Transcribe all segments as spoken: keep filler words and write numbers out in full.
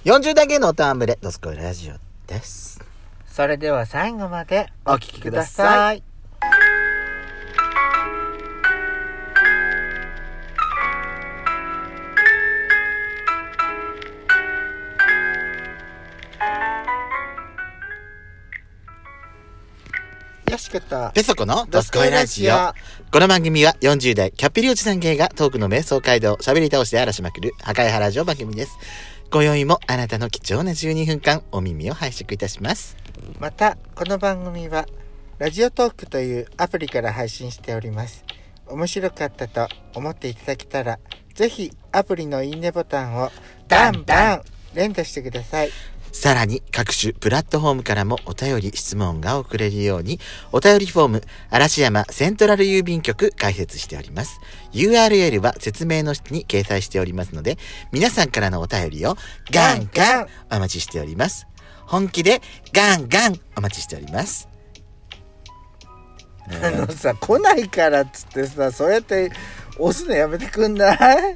よんじゅう代芸能ターンブレドスコイラジオです。 それでは最後までお聞きください。よしことペソコのドスコイラジオ。この番組はよんじゅう代キャッピリおじさん芸がトークの瞑想街道を喋り倒して荒らしまくる破壊派ラジオ番組です。今宵もあなたの貴重なじゅうにふんかんお耳を拝借いたします。 またこの番組はラジオトークというアプリから配信しております。面白かったと思っていただけたらぜひアプリのいいねボタンをバンバン連打してください。 さらに各種プラットフォームからもお便り質問が送れるようにお便りフォーム嵐山セントラル郵便局開設しております。 ユーアールエル は説明の下に掲載しておりますので皆さんからのお便りをガンガンお待ちしております。本気でガンガンお待ちしております。 あのさ来ないからっつってさそうやって押すのやめてくんない？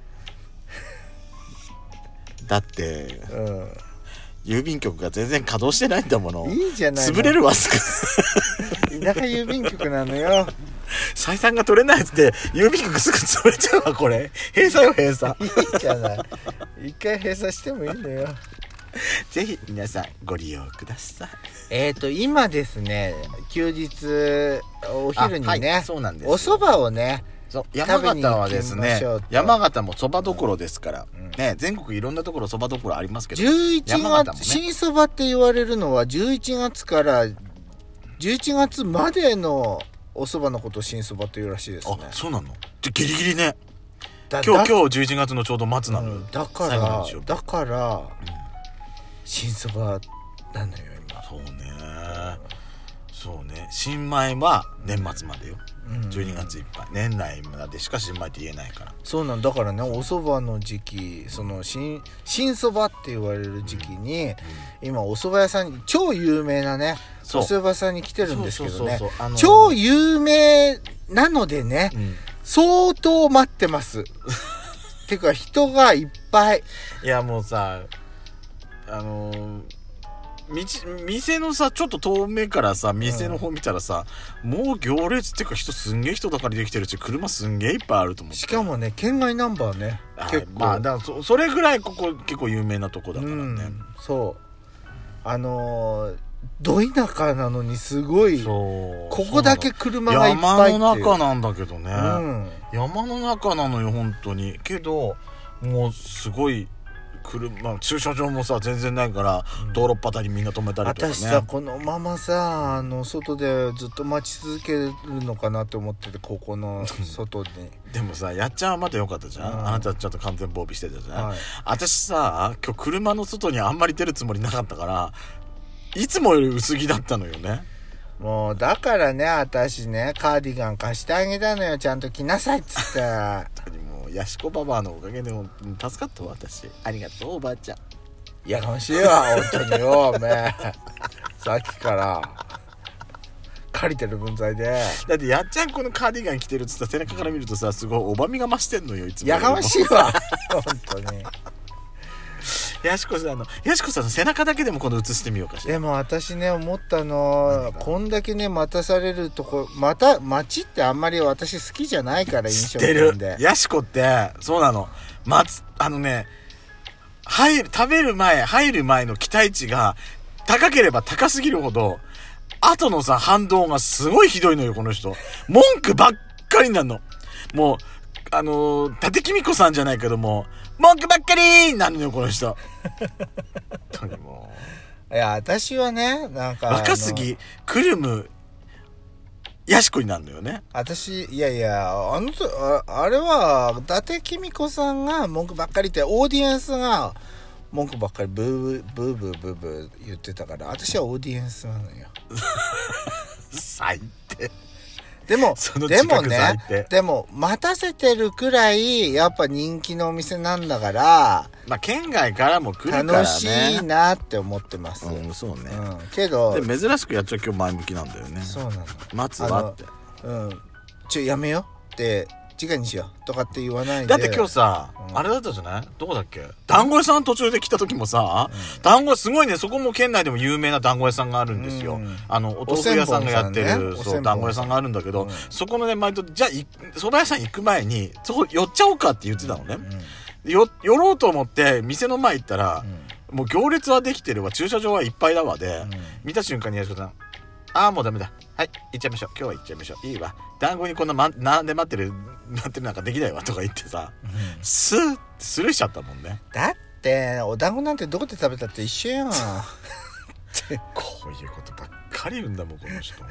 だってうん郵便局が全然稼働してないんだもの。 いいじゃないの。 潰れるわすぐ田舎郵便局なのよ。 採算が取れないって郵便局すぐ潰れちゃうわ。これ閉鎖よ閉鎖。 いいじゃない。一回閉鎖してもいいのよ。 ぜひ皆さんご利用ください。 えーと今ですね休日お昼にね、 はい、そうなんです。 お蕎麦をね山形はですね山形もそばどころですから、うん、ね全国いろんなところそばどころありますけどじゅういちがつ、ね、新そばって言われるのはじゅういちがつからじゅういちがつまでのお蕎麦のことを新そばというらしいですね。あ、 そうなの？じゃギリギリね。今日今日じゅういちがつのちょうど末なのよ、うん、 だからだから、うん、新そばなのよ今。 そうね、そうね。新米は年末までよ、うん、じゅうにがついっぱい年内までしか新米って言えないから。そうなんだからねお蕎麦の時期その新新蕎麦って言われる時期に、うん、今お蕎麦屋さんに超有名なねお蕎麦屋さんに来てるんですけどね、超有名なのでね、うん、相当待ってますてか人がいっぱい。 いやもうさあのー道店のさちょっと遠目からさ店の方見たらさ、うん、もう行列っていうか人すんげえ人だかりできてるし車すんげえいっぱいあると思う。 しかもね県外ナンバーね結構、 まあ、だから そ, それぐらいここ結構有名なとこだからね、うん、 そうあのー、ど田舎なのにすごいここだけ車がいっぱいっていう山の中なんだけどね、うん、山の中なのよ本当に。けどもうすごい車駐車場もさ全然ないから、うん、道路っ端にみんな止めたりとかね。 私さこのままさあの外でずっと待ち続けるのかなって思っててここの外にでもさやっちゃんはまだ良かったじゃん、うん、あなたちょっと完全防備してたじゃん、はい、私さ今日車の外にあんまり出るつもりなかったからいつもより薄着だったのよね。 もうだからね私ねカーディガン貸してあげたのよちゃんと着なさいっつってヤシコババアのおかげで助かったわ私。ありがとうおばあちゃん。 いや楽しいわ本当によおめえさっきから借りてる分際で。 だってやっちゃんこのカーディガン着てるっつった背中から見るとさすごいおばみが増してんのよいつも。 やかましいわ本当に。 ヤシコさんのヤシコさんの背中だけでも今度映してみようかしら。 でも私ね思ったのこんだけね待たされるとこまた街ってあんまり私好きじゃないから飲食店で。 ヤシコってそうなの待つあのね入る食べる前入る前の期待値が高ければ高すぎるほど後のさ反動がすごいひどいのよこの人。文句ばっかりになるの。もうあのー、立木美子さんじゃないけども文句ばっかりになるのよこの人本当にもう。いや私はねなんか若すぎくるむやしこになるのよね私。いやいやあのああれは伊達公子さんが文句ばっかりってオーディエンスが文句ばっかりブーブーブーブーブー言ってたから私はオーディエンスなのよ最低。 でもでもねでも待たせてるくらいやっぱ人気のお店なんだからまあ県外からも来るからね楽しいなって思ってます、 うん、そうね、 うん、けどで珍しくやっちゃ今日前向きなんだよね。 そうなの待つわってうんちょやめよって次回にしようとかって言わないで。 だって今日さ、うん、あれだったじゃない？どこだっけ？団子屋さん途中で来た時もさ、うん、団子屋すごいね、そこも県内でも有名な団子屋さんがあるんですよ。うん、あの、お豆腐屋さんがやってる、ね、そう、団子屋さんがあるんだけど、うん、そこのね、毎度、じゃあ、蕎麦屋さん行く前に、そこ寄っちゃおうかって言ってたのね。うん、よ、寄ろうと思って、店の前行ったら、うん、もう行列はできてるわ、駐車場はいっぱいだわで、うん、見た瞬間にやることああ、もうダメだ。はい、行っちゃいましょう。今日は行っちゃいましょう。いいわ。団子にこんな、ま、並んで待ってる、待ってるなんかできないわとか言ってさ、うん、スーってスルーしちゃったもんね。 だって、お団子なんてどこで食べたって一緒やん。こういうことばっかり言うんだもん、この人。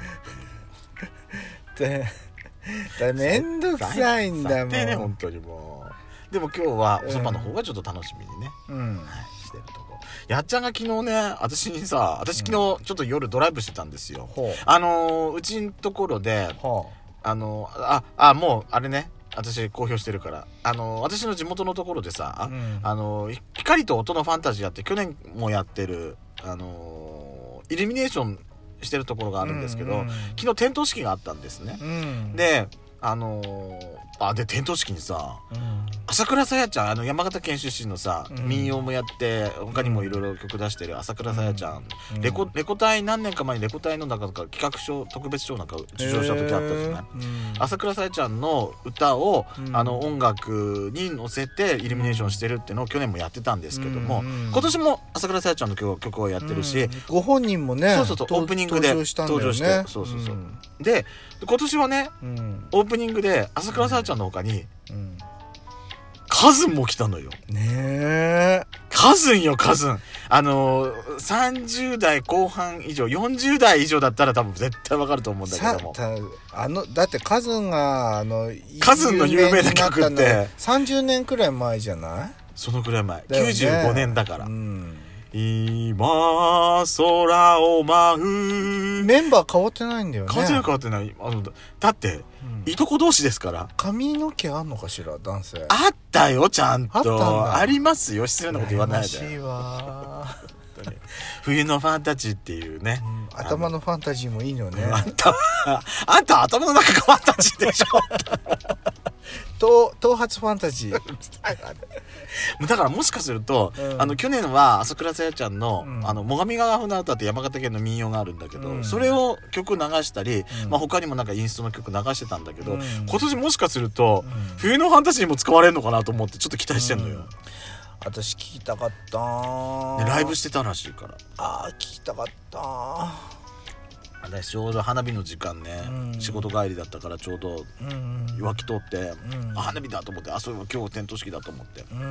で、だめんどくさいんだもん。 ね、本当にもう。でも今日はおそばの方がちょっと楽しみにね。うん。はい、してるとこ。やっちゃんが昨日ね、私にさ、私昨日ちょっと夜ドライブしてたんですよ。うん、あのー、うちのところで、あのー、あ、あ、もう、あれね、私公表してるから、あのー、私の地元のところでさ、うん、あのー、光と音のファンタジーやって去年もやってる、あのー、イルミネーションしてるところがあるんですけど、うんうん、昨日点灯式があったんですね。うん、で、あのー、あ、で、点灯式にさ、うん、朝倉さやちゃん、あの、山形県出身のさ、うん、民謡もやって、他にもいろいろ曲出してる朝倉さやちゃん、うん、レコ、レコ大、何年か前にレコ大のなんか企画賞、特別賞なんか受賞した時あったじゃない、うん、朝倉さやちゃんの歌を、うん、あの、音楽に乗せてイルミネーションしてるっていうのを去年もやってたんですけども、うん、今年も朝倉さやちゃんの曲、曲をやってるし、うん、 ご本人もね、 そうそうそう、オープニングで登場したんだよね。登場して、そうそうそう。うん、で、今年はね、うん、オープニングで朝倉さやちゃんの他に、うん、カズンも来たのよ。 ねえ。 カズンよ、カズン。あのー、さんじゅう代後半以上、よんじゅう代以上だったら多分絶対わかると思うんだけども。 あの、だってカズンが、あの、 カズンの有名な曲って。 さんじゅうねんくらい前じゃない？ そのくらい前。ね、きゅうじゅうごねんだから。うん、今空を舞うメンバー変わってないんだよね。 変わってない変わってない。あのだって、うん、いとこ同士ですから。 髪の毛あんのかしら、男性。 あったよ、ちゃんと。あったんだ。ありますよ、失礼なこと言わないで。 羨ましいわ。 冬のファンタジーっていうね、 うん、頭のファンタジーもいいのね。 あんたあんた頭の中がファンタジーでしょ。 頭頭髪ファンタジー。 だからもしかすると、うん、あの去年は朝倉さやちゃんの、うん、あの最上川船歌って山形県の民謡があるんだけど、うん、それを曲流したり、うん、まあ他にもなんかインストの曲流してたんだけど、うん、今年もしかすると、うん、冬のファンタジーも使われるのかなと思ってちょっと期待してんのよ。うん、 私聞きたかったー、 ね、ライブしてたらしいから。 あー聞きたかったー。 私ちょうど花火の時間ね、うん、仕事帰りだったからちょうど湧き通って、うん、花火だと思って、あ、そういえば今日点灯式だと思って、うん、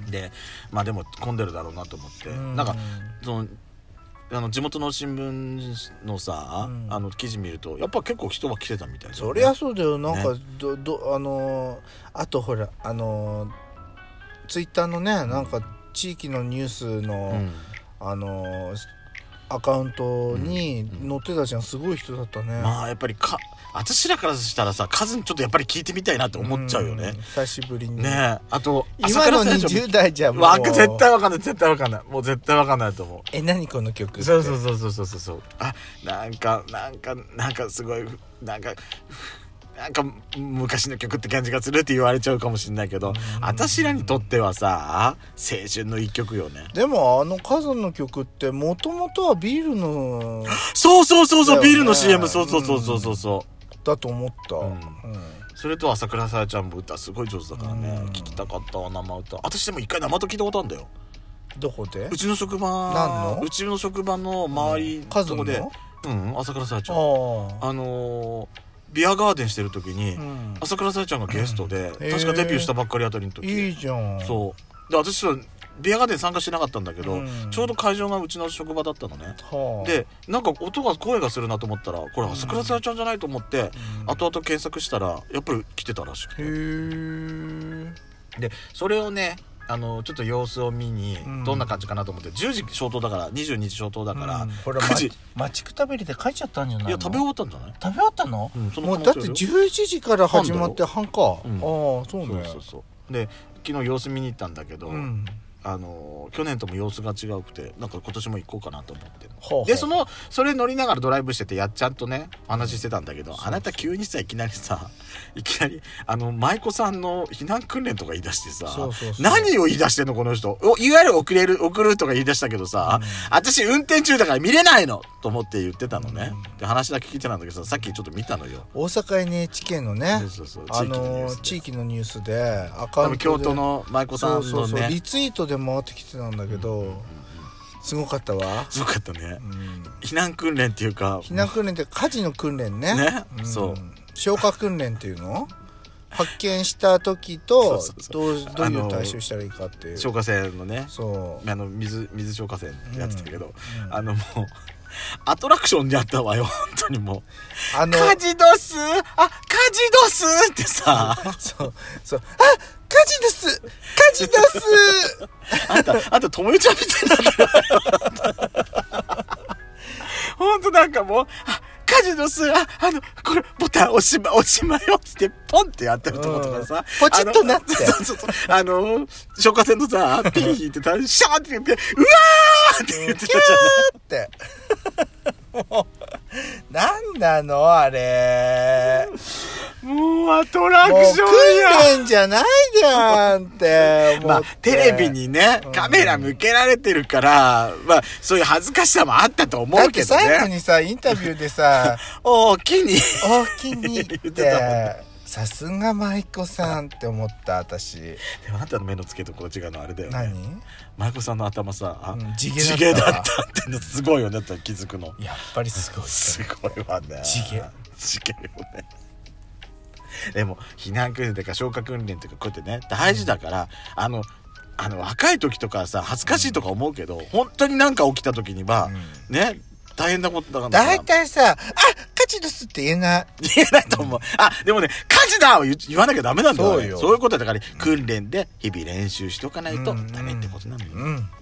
でまあでも混んでるだろうなと思って、うん、なんかそのあの地元の新聞のさ、うん、あの記事見るとやっぱ結構人は来てたみたいな、ね、 そりゃそうだよ。なんか、ね、どどあのー、あとほらあのー、ツイッターのね、なんか地域のニュースの、うん、あのーアカウントに載ってたじゃん、すごい人だったね。 まあやっぱりか私らからしたらさ、カズンちょっとやっぱり聞いてみたいなって思っちゃうよね、 うん、久しぶりにね。あと今のにじゅう代じゃもうわ絶対わかんない絶対わかんないもう絶対わかんないと思う。 え、何この曲って。 そうそうそうそうそうそうあ、なんかなんかなんかすごいなんかなんか昔の曲って感じがするって言われちゃうかもしれないけど、私らにとってはさ青春の一曲よね。 でもあのカズンの曲ってもともとはビールのそうそうそうそう、ね、ビールの シーエム そうそうそうそうそうそう、 だと思った、うんうん、 それと朝倉さやちゃんも歌すごい上手だからね、うん、聞きたかったわ生歌。私でも一回生歌聞いたことあるんだよ。 どこで？ うちの職場何の？ うちの職場の周り、うん、 カズンので、うん、朝倉さやちゃん、あ、あのービアガーデンしてる時に、うん、朝倉さやちゃんがゲストで、うん、確かデビューしたばっかりあたりの時、 いいじゃん。 そうで私はビアガーデン参加しなかったんだけど、うん、ちょうど会場がうちの職場だったのね、はあ、でなんか音が声がするなと思ったらこれ朝倉さやちゃんじゃないと思って、うん、後々検索したらやっぱり来てたらしくて、へー、 でそれをねあのちょっと様子を見にどんな感じかなと思って、うん、じゅうじ消灯だからにじゅうにじ消灯だから、うん、 これくじ待ちくたびれて帰っちゃったんじゃないの？ いや食べ終わったんじゃない？ 食べ終わったの？うん、そのもうだってじゅういちじから始まって半か、うん、ああそうね。 そうそうそうで昨日様子見に行ったんだけど、うん、あの去年とも様子が違うくてなんか今年も行こうかなと思ってほうほう。 で、その、それ乗りながらドライブしてて、やっちゃんとね、お話してたんだけど、あなた急にさ、いきなりさ、いきなり、あの、舞妓さんの避難訓練とか言い出してさ、 そうそうそう、 何を言い出してんの、この人。おいわゆる遅れる、送るとか言い出したけどさ、うん、私運転中だから見れないのと思って言ってたのね。うん、で、話だけ聞いてたんだけどさ、さっきちょっと見たのよ。 大阪 エヌエイチケー のね、 そうそうそう、 あのー、地域のニュースで、アカウントで。 京都の舞妓さんのね。そうそうそう、 リツイートで回ってきてたんだけど、うん、すごかったわ。 すごかったね、うん、避難訓練っていうか避難訓練って火事の訓練ね。 ね、 うん、 そう消火訓練っていうの発見した時とどうどういう対処したらいいかっていう消火栓のね、 そうあの水水消火栓ってやってたけど、うんうん、あのもうアトラクションにあったわよ、本当にもう。あの火事どすあ火事どすってさ、 そうそうあ火事です火事ですあんたあんた友よちゃんみたいになったよ本当なんかもうあ火事どすああのこれボタン押しま押しまよっつってポンってやってるとことかさ、 ポチッとなってそうそうそうあの消火栓のさピン引いてたシャーって言ってうわーって言ってたじゃないってもうなんなのあれ、 もうアトラクションや訓練じゃないじゃんって思って、 まあテレビにねカメラ向けられてるから、うん、まあそういう恥ずかしさもあったと思うけどね。 だって最後にさインタビューでさおおきにおきにってさすが舞妓さんって思った私。でもあんたの目の付けどころ違うのあれだよね。 何？ 舞妓さんの頭さ、あ、 うん、地毛だったってのすごいよねって気づくの。 やっぱりすごい、ね、 すごいわね。 地毛地毛よね。でも避難訓練とか消火訓練とかこうやってね大事だから、うん、あのあの若い時とかさ恥ずかしいとか思うけど、うん、本当になんか起きた時には、うん、ね大変なことだから。 大体さ、あ火事ですって言えない。 言えないと思う。うん、あでもね火事だを 言, 言わなきゃダメなんだよね。そうよ。そういうことだから、うん、訓練で日々練習しとかないとダメってことなのよ。 うんうん